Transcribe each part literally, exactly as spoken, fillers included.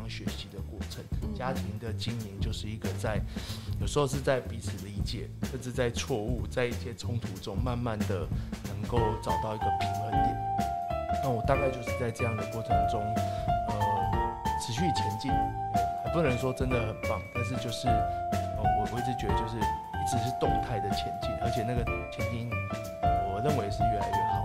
相学习的过程。家庭的经营就是一个在有时候是在彼此理解，甚至在错误、在一些冲突中，慢慢的能够找到一个平衡点。那我大概就是在这样的过程中，呃，持续前进，还不能说真的很棒，但是就是，呃、我我一直觉得就是一直是动态的前进，而且那个前进，我认为是越来越好。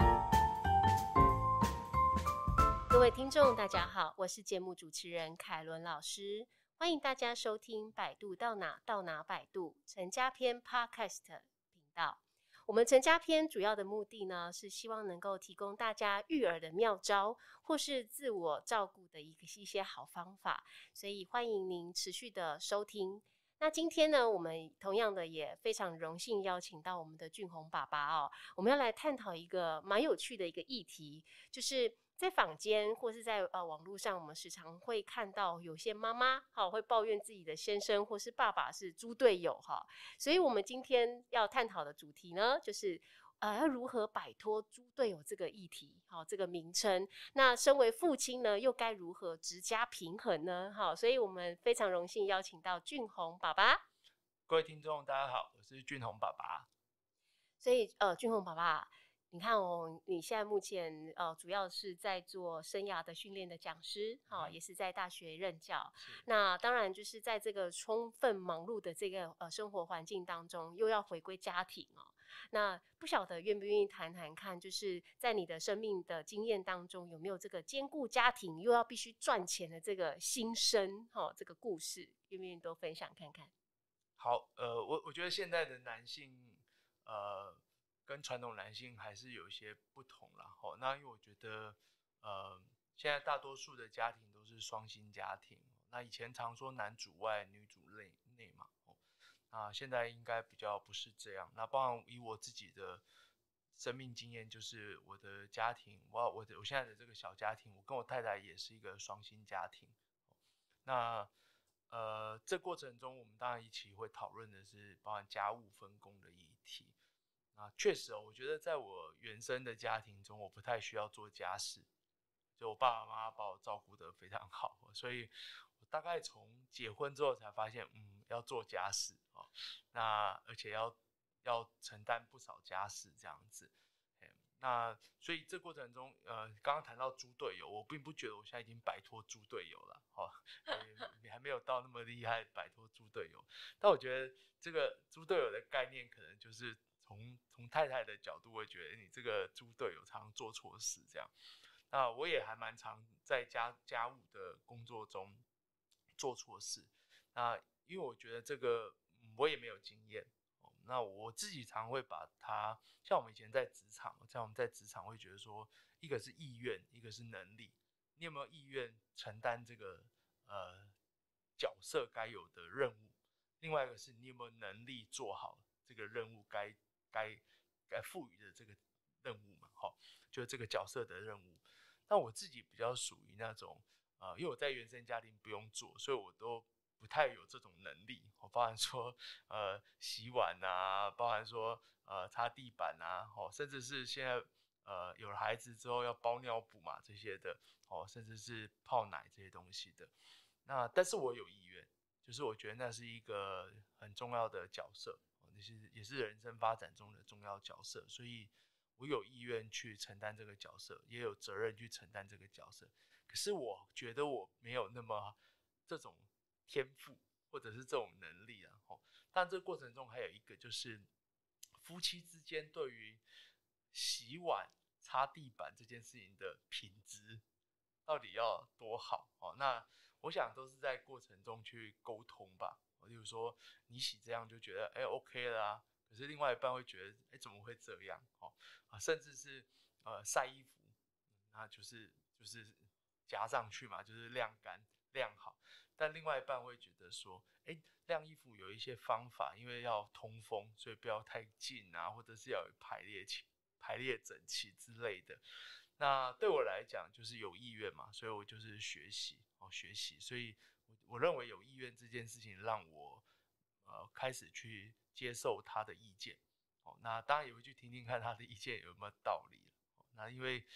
各位听众，大家好，我是节目主持人凯伦老师，欢迎大家收听百度到哪到哪百度陈家篇 Podcast 频道。我们陈家篇主要的目的呢，是希望能够提供大家育儿的妙招，或是自我照顾的一个一些好方法，所以欢迎您持续的收听。那今天呢，我们同样的也非常荣幸邀请到我们的俊宏爸爸哦，我们要来探讨一个蛮有趣的一个议题，就是在坊间或是在呃网络上，我们时常会看到有些妈妈好会抱怨自己的先生或是爸爸是猪队友哈，所以我们今天要探讨的主题呢，就是呃要如何摆脱猪队友这个议题，好这个名称。那身为父亲呢，又该如何职家平衡呢？好，所以我们非常荣幸邀请到俊宏爸爸。 各位听众，大家好，我是俊宏爸爸。 所以呃，俊宏爸爸。你看哦，你现在目前呃主要是在做生涯的训练的讲师，哈、哦，也是在大学任教。那当然就是在这个充分忙碌的这个呃生活环境当中，又要回归家庭哦。那不晓得愿不愿意谈谈看，就是在你的生命的经验当中，有没有这个兼顾家庭又要必须赚钱的这个心声，哈、哦，这个故事，愿不愿意多分享看看？ 好，呃，我我觉得现在的男性，呃。跟传统男性还是有一些不同啦，吼。那因为我觉得，呃，现在大多数的家庭都是双薪家庭。那以前常说男主外女主内内嘛，哦，那现在应该比较不是这样。那包含以我自己的生命经验，就是我的家庭，我我的我现在的这个小家庭，我跟我太太也是一个双薪家庭。那呃，这过程中我们当然一起会讨论的是包含家务分工的议题。啊，确实哦，我觉得在我原生的家庭中，我不太需要做家事，就我爸爸妈妈把我照顾得非常好，所以我大概从结婚之后才发现，嗯，要做家事哦，那而且要要承担不少家事这样子。那所以这过程中，呃，刚刚谈到猪队友，我并不觉得我现在已经摆脱猪队友了，哦，你还没有到那么厉害摆脱猪队友，但我觉得这个猪队友的概念可能就是。从从太太的角度会觉得你这个猪队友常常做错事这样，那我也还蛮常在家家务的工作中做错事，那因为我觉得这个、嗯、我也没有经验、哦，那我自己常会把它像我们以前在职场，像我们在职场会觉得说，一个是意愿，一个是能力，你有没有意愿承担这个呃角色该有的任务，另外一个是你有没有能力做好这个任务该。该该赋予的这个任务嘛，哈，就是这个角色的任务。但我自己比较属于那种，呃，因为我在原生家庭不用做，所以我都不太有这种能力。我包含说，呃，洗碗啊，包含说，呃，擦地板啊，哦，甚至是现在，呃，有了孩子之后要包尿布嘛这些的，哦，甚至是泡奶这些东西的。那但是我有意愿，就是我觉得那是一个很重要的角色。也是人生发展中的重要角色，所以我有意愿去承担这个角色，也有责任去承担这个角色。可是我觉得我没有那么这种天赋，或者是这种能力啊。但这个过程中还有一个就是夫妻之间对于洗碗、擦地板这件事情的品质到底要多好？那我想都是在过程中去沟通吧。例如说你洗这样就觉得哎 OK 了啊，可是另外一半会觉得哎怎么会这样？哦啊，甚至是呃晒衣服，那就是就是夹上去嘛，就是晾干晾好，但另外一半会觉得说，哎晾衣服有一些方法，因为要通风，所以不要太近啊，或者是要有排列起排列整齐之类的。那对我来讲就是有意愿嘛，所以我就是学习哦学习，所以。我认为有意愿这件事情让我呃开始去接受他的意见，哦，那当然也会去听听看他的意见有没有道理，哦，那因为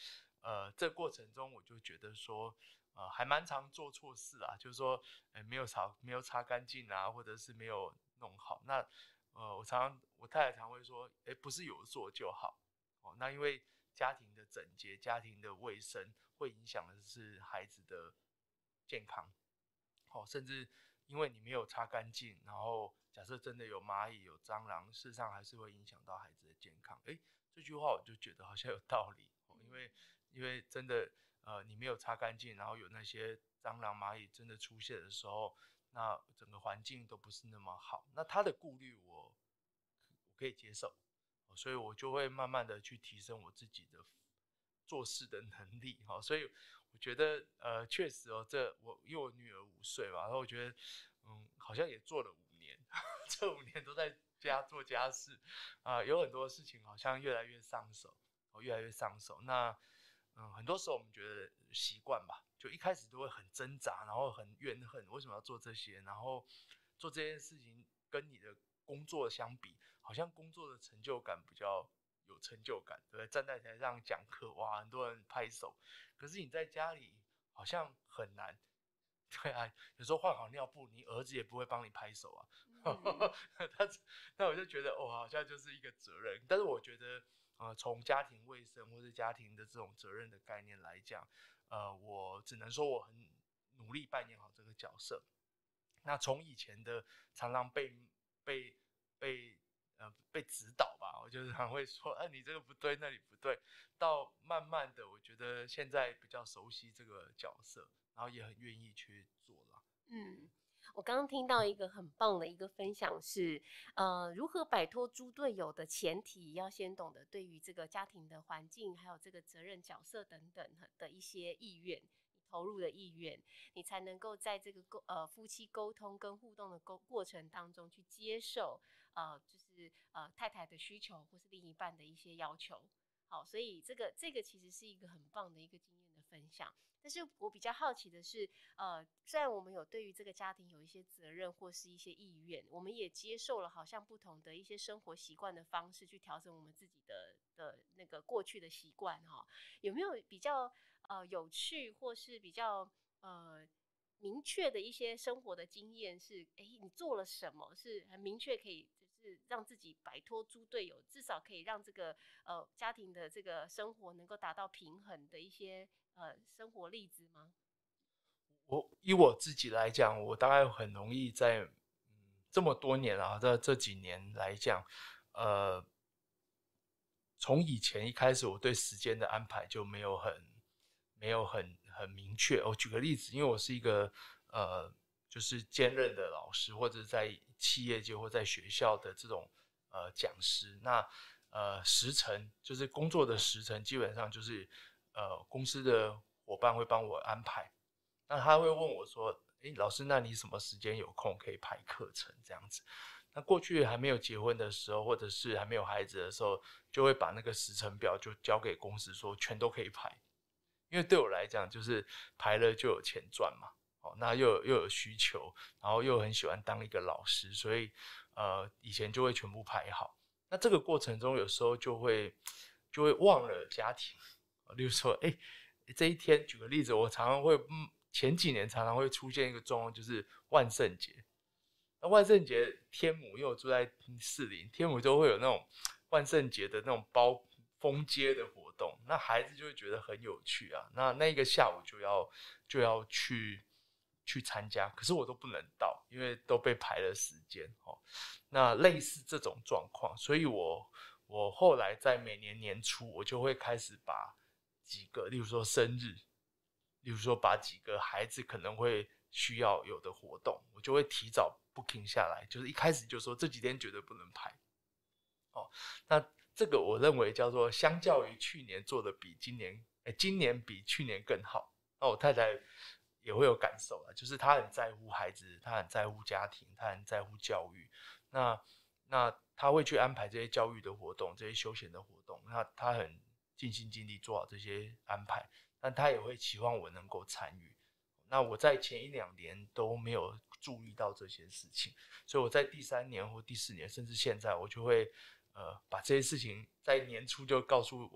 呃，这过程中我就觉得说，呃，还蛮常做错事啊，就是说，呃，没有擦没有擦干净啊，或者是没有弄好。那呃，我常常我太太常会说，哎，不是有做就好哦。那因为家庭的整洁、家庭的卫生，会影响的是孩子的健康。哦，甚至因为你没有擦干净，然后假设真的有蚂蚁、有蟑螂，事实上还是会影响到孩子的健康。诶，这句话我就觉得好像有道理，哦、因为因为真的呃你没有擦干净，然后有那些蟑螂、蚂蚁真的出现的时候，那整个环境都不是那么好。那他的顾虑我我可以接受，哦所以我就会慢慢的去提升我自己的做事的能力。好，所以我觉得呃确实哦，这我因为我女儿五岁嘛，然后我觉得嗯好像也做了五年，这五年都在家做家事啊、有很多事情好像越来越上手，哦越来越上手。那嗯很多时候我们觉得习惯吧，就一开始都会很挣扎，然后很怨恨为什么要做这些，然后做这件事情跟你的工作相比，好像工作的成就感比较有成就感，对不对？站在台上讲课，哇，很多人拍手。可是你在家里好像很难，对啊，有时候换好尿布，你儿子也不会帮你拍手啊。 嗯他那我就觉得，哦，好像就是一个责任。但是我觉得，呃，从家庭卫生或是家庭的这种责任的概念来讲，呃，我只能说我很努力扮演好这个角色。那从以前的常常被被被呃被指导吧，我就是常会说，哎、啊，你这个不对，那里不对，到慢慢的，我觉得现在比较熟悉这个角色，然后也很愿意去做了。 嗯，我刚刚听到一个很棒的一个分享是，呃，如何摆脱猪队友的前提，要先懂得对于这个家庭的环境，还有这个责任角色等等的一些意愿，你投入的意愿，你才能够在这个沟呃夫妻沟通跟互动的沟过程当中去接受，呃，就是呃太太的需求或是另一半的一些要求。好，所以这个这个其实是一个很棒的一个经验的分享。但是我比较好奇的是，呃，虽然我们有对于这个家庭有一些责任或是一些意愿，我们也接受了好像不同的一些生活习惯的方式去调整我们自己的的那个过去的习惯哈。有没有比较呃有趣或是比较呃明确的一些生活的经验是，哎，你做了什么是很明确可以就是让自己摆脱猪队友，至少可以让这个呃家庭的这个生活能够达到平衡的一些呃生活例子吗？ 我以我自己来讲，我大概很容易在嗯这么多年啊，这这几年来讲，呃，从以前一开始，我对时间的安排就没有很没有很很明确。我举个例子，因为我是一个呃，就是兼任的老师，或者在企业界或在学校的这种呃讲师，那呃时程就是工作的时程，基本上就是呃公司的伙伴会帮我安排。那他会问我说：“诶，老师，那你什么时间有空可以排课程？”这样子。那过去还没有结婚的时候，或者是还没有孩子的时候，就会把那个时程表就交给公司说全都可以排，因为对我来讲就是排了就有钱赚嘛。哦，那又有又有需求，然后又很喜欢当一个老师，所以呃以前就会全部排好。那这个过程中有时候就会就会忘了家庭，例如说，哎，这一天举个例子，我常常会嗯前几年常常会出现一个状况，就是万圣节。那万圣节天母，因为我住在士林，天母都会有那种万圣节的那种包封街的活动，那孩子就会觉得很有趣啊。那那一个下午就要就要去去参加，可是我都不能到，因为都被排了时间哦。那类似这种状况，所以我我后来在每年年初，我就会开始把几个，例如说生日，例如说把几个孩子可能会需要有的活动，我就会提早 booking 下来，就是一开始就说这几天绝对不能排。哦，那这个我认为叫做相较于去年做的比今年，哎，今年比去年更好。那我太太也会有感受啦，就是她很在乎孩子，她很在乎家庭，她很在乎教育。那那她会去安排这些教育的活动，这些休闲的活动，那她很尽心尽力做好这些安排，但她也会期望我能够参与。那我在前一两年都没有注意到这些事情，所以我在第三年或第四年，甚至现在，我就会呃把这些事情在年初就告诉我的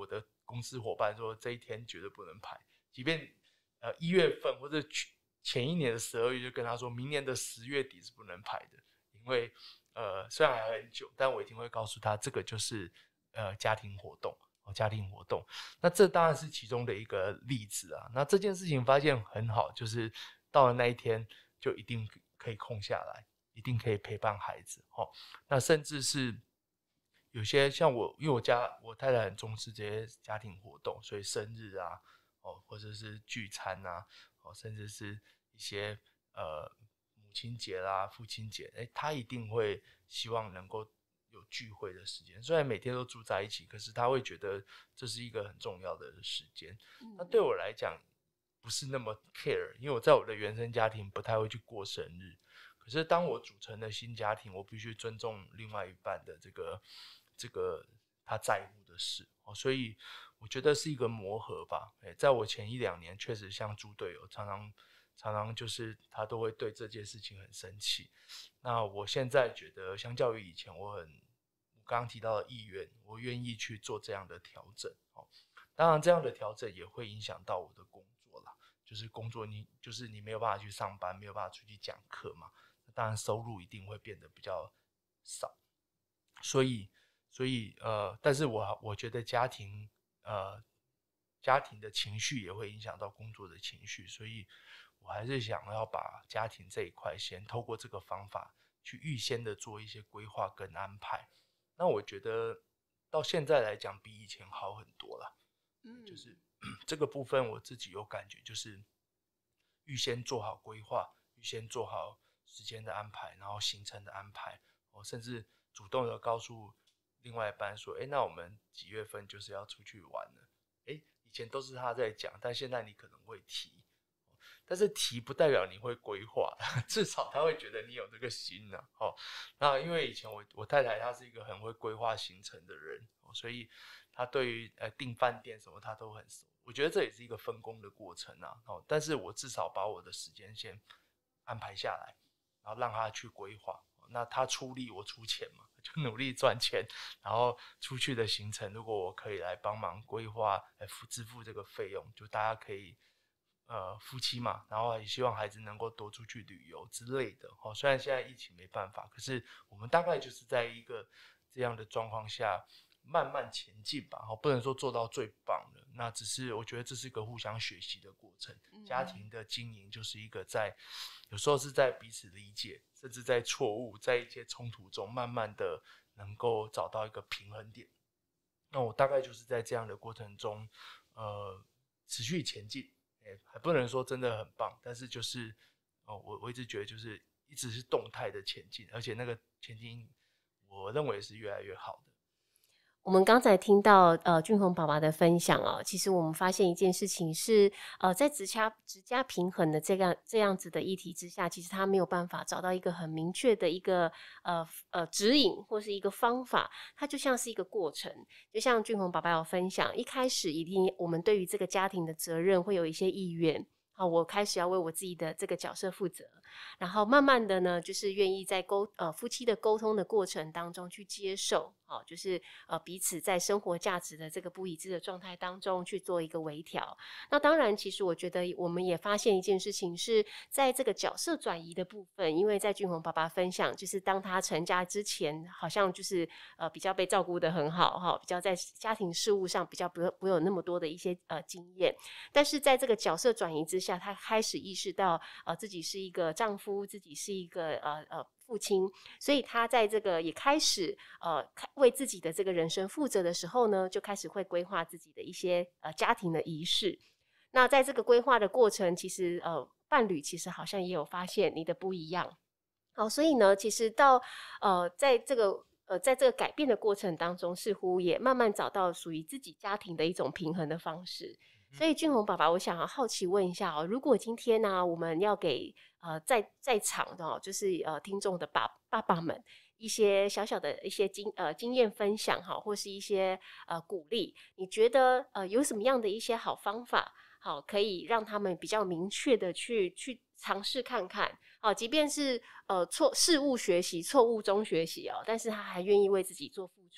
公司伙伴说这一天绝对不能排，即便呃一月份或者前一年的十二月就跟他说明年的十月底是不能排的，因为呃虽然还很久，但我一定会告诉他这个就是呃家庭活动。家庭活动，那这当然是其中的一个例子啊。那这件事情发现很好，就是到了那一天就一定可以空下来，一定可以陪伴孩子。哦，那甚至是有些像我，因为我家我太太很重视这些家庭活动，所以生日啊，哦，或者是聚餐啊，哦，甚至是一些呃母亲节啦、父亲节，哎，她一定会希望能够有聚会的时间，虽然每天都住在一起，可是他会觉得这是一个很重要的时间。嗯、那对我来讲不是那么 care， 因为我在我的原生家庭不太会去过生日。可是当我组成了新家庭，我必须尊重另外一半的这个这个他在乎的事、哦、所以我觉得是一个磨合吧。欸、在我前一两年确实像猪队友，常常常常就是他都会对这件事情很生气。那我现在觉得相较于以前，我很我刚刚提到的意愿，我愿意去做这样的调整、哦、当然这样的调整也会影响到我的工作啦，就是工作你就是你没有办法去上班，没有办法出去讲课嘛，当然收入一定会变得比较少。所以所以呃，但是我我觉得家庭呃家庭的情绪也会影响到工作的情绪，所以我还是想要把家庭这一块先透过这个方法去预先的做一些规划跟安排。那我觉得到现在来讲比以前好很多了。嗯，就是这个部分我自己有感觉，就是预先做好规划，预先做好时间的安排，然后行程的安排，哦，甚至主动的告诉另外一半说，哎，那我们几月份就是要出去玩了。哎，以前都是他在讲，但现在你可能会提，但是提不代表你会规划，至少他会觉得你有这个心啊。哦，那因为以前我我太太她是一个很会规划行程的人，哦，所以她对于呃订饭店什么她都很熟。我觉得这也是一个分工的过程啊。哦，但是我至少把我的时间先安排下来，然后让她去规划。那她出力，我出钱嘛，就努力赚钱，然后出去的行程，如果我可以来帮忙规划，来支付这个费用，就大家可以。呃，夫妻嘛，然后也希望孩子能够多出去旅游之类的。哦，虽然现在疫情没办法，可是我们大概就是在一个这样的状况下慢慢前进吧。哦，不能说做到最棒的，那只是我觉得这是一个互相学习的过程。家庭的经营就是一个在有时候是在彼此理解，甚至在错误，在一些冲突中，慢慢的能够找到一个平衡点。那我大概就是在这样的过程中，呃，持续前进。还不能说真的很棒，但是就是、哦、我, 我一直觉得就是一直是动态的前进，而且那个前进我认为是越来越好的。 我们刚才听到呃俊宏爸爸的分享哦，其实我们发现一件事情是，呃，在职家职家平衡的这样这样子的议题之下，其实他没有办法找到一个很明确的一个呃呃指引或是一个方法，它就像是一个过程。就像俊宏爸爸有分享，一开始一定我们对于这个家庭的责任会有一些意愿。好，我开始要为我自己的这个角色负责，然后慢慢的呢，就是愿意在沟呃夫妻的沟通的过程当中去接受，好，就是呃彼此在生活价值的这个不一致的状态当中去做一个微调。那当然，其实我觉得我们也发现一件事情是在这个角色转移的部分，因为在俊宏爸爸分享，就是当他成家之前，好像就是呃比较被照顾得很好哈，比较在家庭事务上比较不不有那么多的一些呃经验，但是在这个角色转移之下，他开始意识到呃自己是一个丈夫，自己是一个呃呃父亲，所以他在这个也开始呃为自己的这个人生负责的时候呢，就开始会规划自己的一些呃家庭的仪式。那在这个规划的过程，其实呃伴侣其实好像也有发现你的不一样。好，所以呢，其实到呃在这个呃在这个改变的过程当中，似乎也慢慢找到属于自己家庭的一种平衡的方式。所以俊宏爸爸，我想要好奇问一下哦，如果今天呢、啊，我们要给呃在在场的、哦、就是呃听众的爸爸爸们一些小小的一些经呃经验分享哈，或是一些呃鼓励，你觉得呃有什么样的一些好方法，好可以让他们比较明确的去去尝试看看，好，即便是呃错事物学习，错误中学习哦，但是他还愿意为自己做付出。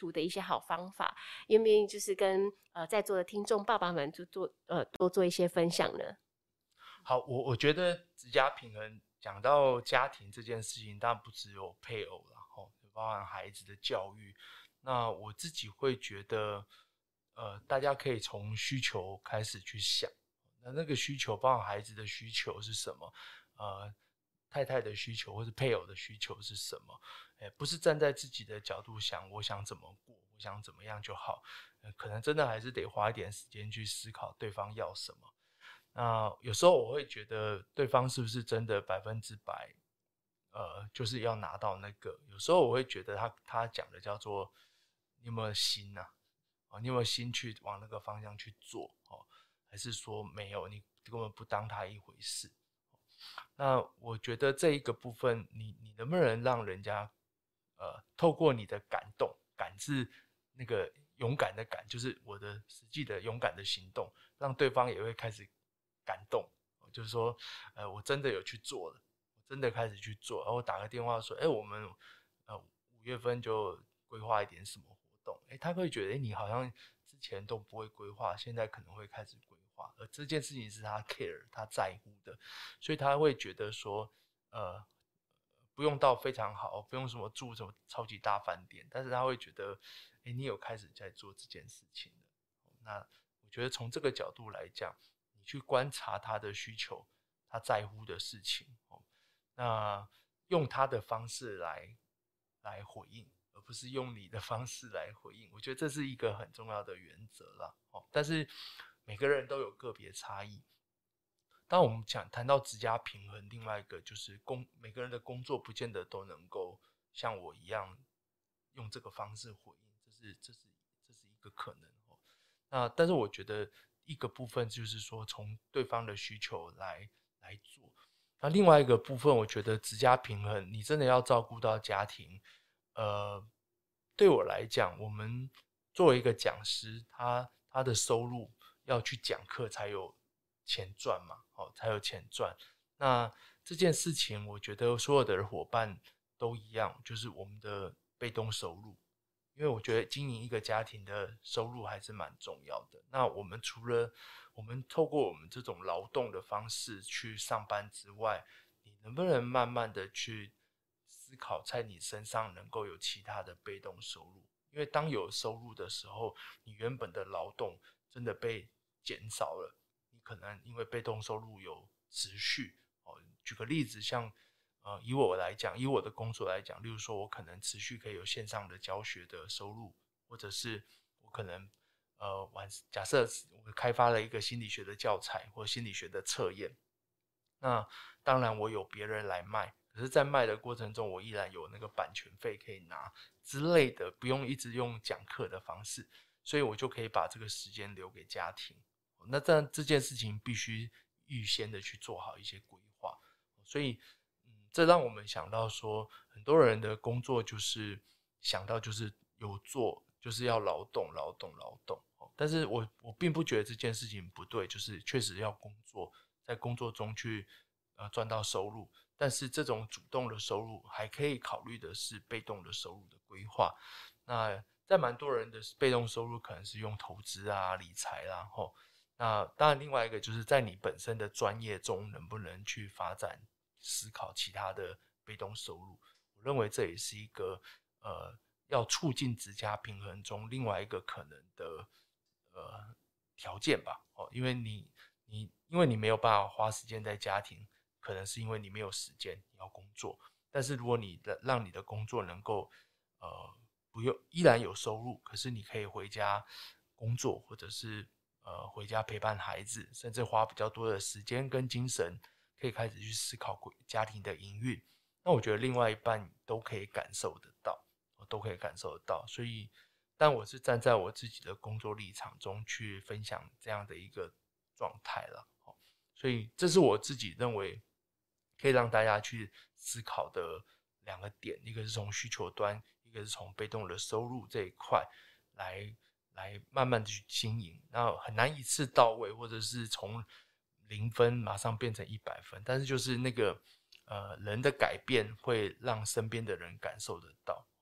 足的一些好方法，愿不愿意就是跟呃在座的听众爸爸们就做呃多做一些分享呢？ 好，我我觉得职家平衡讲到家庭这件事情，当然不只有配偶啦，吼，包含孩子的教育。那我自己会觉得，呃，大家可以从需求开始去想。那那个需求，包含孩子的需求是什么？呃，太太的需求或是配偶的需求是什么？欸、不是站在自己的角度想，我想怎么过，我想怎么样就好。呃、可能真的还是得花一点时间去思考对方要什么。那有时候我会觉得对方是不是真的百分之百，呃，就是要拿到那个。有时候我会觉得他他讲的叫做你有没有心啊？哦，你有没有心去往那个方向去做？哦，还是说没有？你根本不当他一回事？那我觉得这一个部分，你你能不能让人家，呃，透过你的感动，感是那个勇敢的感，就是我的实际的勇敢的行动，让对方也会开始感动，就是说，呃，我真的有去做了，我真的开始去做，然后我打个电话说，哎，我们呃五月份就规划一点什么活动，哎，他会觉得，哎，你好像之前都不会规划，现在可能会开始规划，而这件事情是他 care 他在乎的，所以他会觉得说，呃，不用到非常好，不用什么住什么超级大饭店，但是他会觉得，哎，你有开始在做这件事情了。那我觉得从这个角度来讲，你去观察他的需求，他在乎的事情，那用他的方式来来回应，而不是用你的方式来回应。我觉得这是一个很重要的原则啦。但是每个人都有个别差异。当我们讲谈到职家平衡，另外一个就是工每个人的工作不见得都能够像我一样用这个方式回应，这是这是这是一个可能。那但是我觉得一个部分就是说从对方的需求来来做。那另外一个部分，我觉得职家平衡，你真的要照顾到家庭。呃，对我来讲，我们作为一个讲师，他他的收入要去讲课才有钱赚嘛，哦，才有钱赚。那这件事情，我觉得所有的伙伴都一样，就是我们的被动收入。因为我觉得经营一个家庭的收入还是蛮重要的。那我们除了我们透过我们这种劳动的方式去上班之外，你能不能慢慢的去思考，在你身上能够有其他的被动收入？因为当有收入的时候，你原本的劳动真的被减少了，你可能因为被动收入有持续。哦，举个例子，像呃，以我来讲，以我的工作来讲，例如说我可能持续可以有线上的教学的收入，或者是我可能呃晚假设我开发了一个心理学的教材或心理学的测验，那当然我有别人来卖，可是在卖的过程中，我依然有那个版权费可以拿之类的，不用一直用讲课的方式，所以我就可以把这个时间留给家庭。那这样这件事情必须预先的去做好一些规划，所以这让我们想到说，很多人的工作就是想到就是有做，就是要劳动、劳动、劳动。但是我我并不觉得这件事情不对，就是确实要工作，在工作中去呃赚到收入。但是这种主动的收入还可以考虑的是被动的收入的规划。那在蛮多人的被动收入可能是用投资啊、理财啦，吼。那当然，另外一个就是在你本身的专业中能不能去发展。思考其他的被动收入，我认为这也是一个呃要促进职家平衡中另外一个可能的呃条件吧。哦，因为你你因为你没有办法花时间在家庭，可能是因为你没有时间，你要工作。但是如果你的让你的工作能够呃不用依然有收入，可是你可以回家工作，或者是呃回家陪伴孩子，甚至花比较多的时间跟精神。可以开始去思考家庭的营运，那我觉得另外一半都可以感受得到，都可以感受得到。所以，但我是站在我自己的工作立场中去分享这样的一个状态了。所以，这是我自己认为可以让大家去思考的两个点，一个是从需求端，一个是从被动的收入这一块来来慢慢的去经营。那很难一次到位，或者是从零分马上变成一百分，但是就是那个呃人的改变会让身边的人感受得到，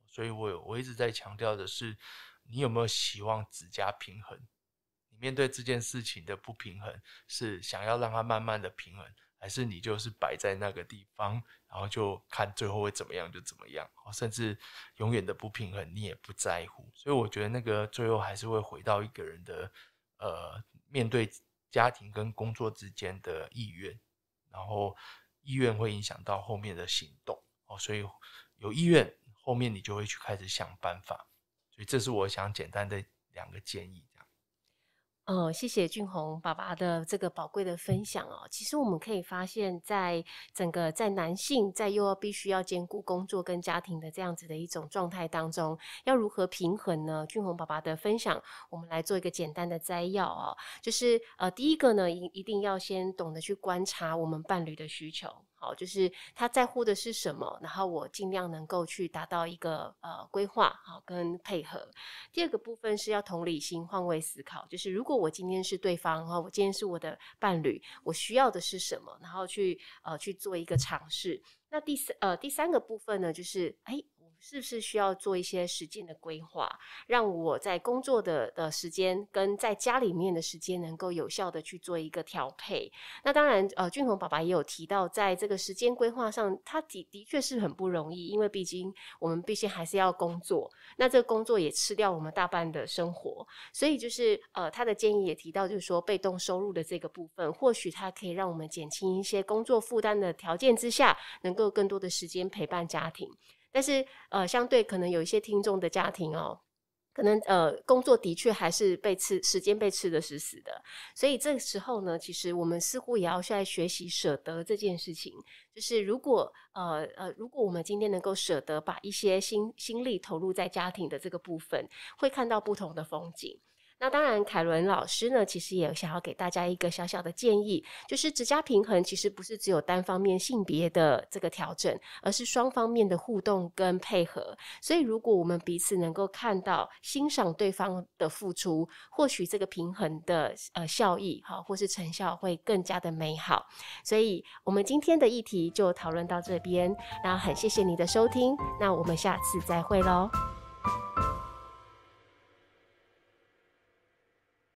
所以我有我一直在强调的是，你有没有希望只加平衡？你面对这件事情的不平衡，是想要让它慢慢的平衡，还是你就是摆在那个地方，然后就看最后会怎么样就怎么样，甚至永远的不平衡你也不在乎。所以我觉得那个最后还是会回到一个人的呃面对家庭跟工作之间的意愿，然后意愿会影响到后面的行动，所以有意愿后面你就会去开始想办法。所以这是我想简单的两个建议。 哦，谢谢俊宏爸爸的这个宝贵的分享哦。其实我们可以发现，在整个在男性在又要必须要兼顾工作跟家庭的这样子的一种状态当中，要如何平衡呢？俊宏爸爸的分享，我们来做一个简单的摘要哦。就是呃，第一个呢，一一定要先懂得去观察我们伴侣的需求。好，就是他在乎的是什么，然后我尽量能够去达到一个呃规划，好跟配合。第二个部分是要同理心，换位思考，就是如果我今天是对方，我今天是我的伴侣，我需要的是什么，然后去呃去做一个尝试。那第三呃第三个部分呢，就是哎。是不是需要做一些时间的规划，让我在工作的的时间跟在家里面的时间能够有效的去做一个调配。那当然呃俊宏爸爸也有提到，在这个时间规划上他的的确是很不容易，因为毕竟我们毕竟还是要工作，那这个工作也吃掉我们大半的生活，所以就是呃他的建议也提到，就是说被动收入的这个部分，或许它可以让我们减轻一些工作负担的条件之下，能够更多的时间陪伴家庭。但是呃，相对可能有一些听众的家庭哦，可能呃工作的确还是被吃时间被吃得死死的，所以这个时候呢，其实我们似乎也要在学习舍得这件事情。就是如果呃呃，如果我们今天能够舍得把一些心心力投入在家庭的这个部分，会看到不同的风景。那当然凯伦老师呢其实也想要给大家一个小小的建议，就是职家平衡其实不是只有单方面性别的这个调整，而是双方面的互动跟配合。所以如果我们彼此能够看到欣赏对方的付出，或许这个平衡的呃效益好或是成效会更加的美好。所以我们今天的议题就讨论到这边，那很谢谢你的收听，那我们下次再会咯。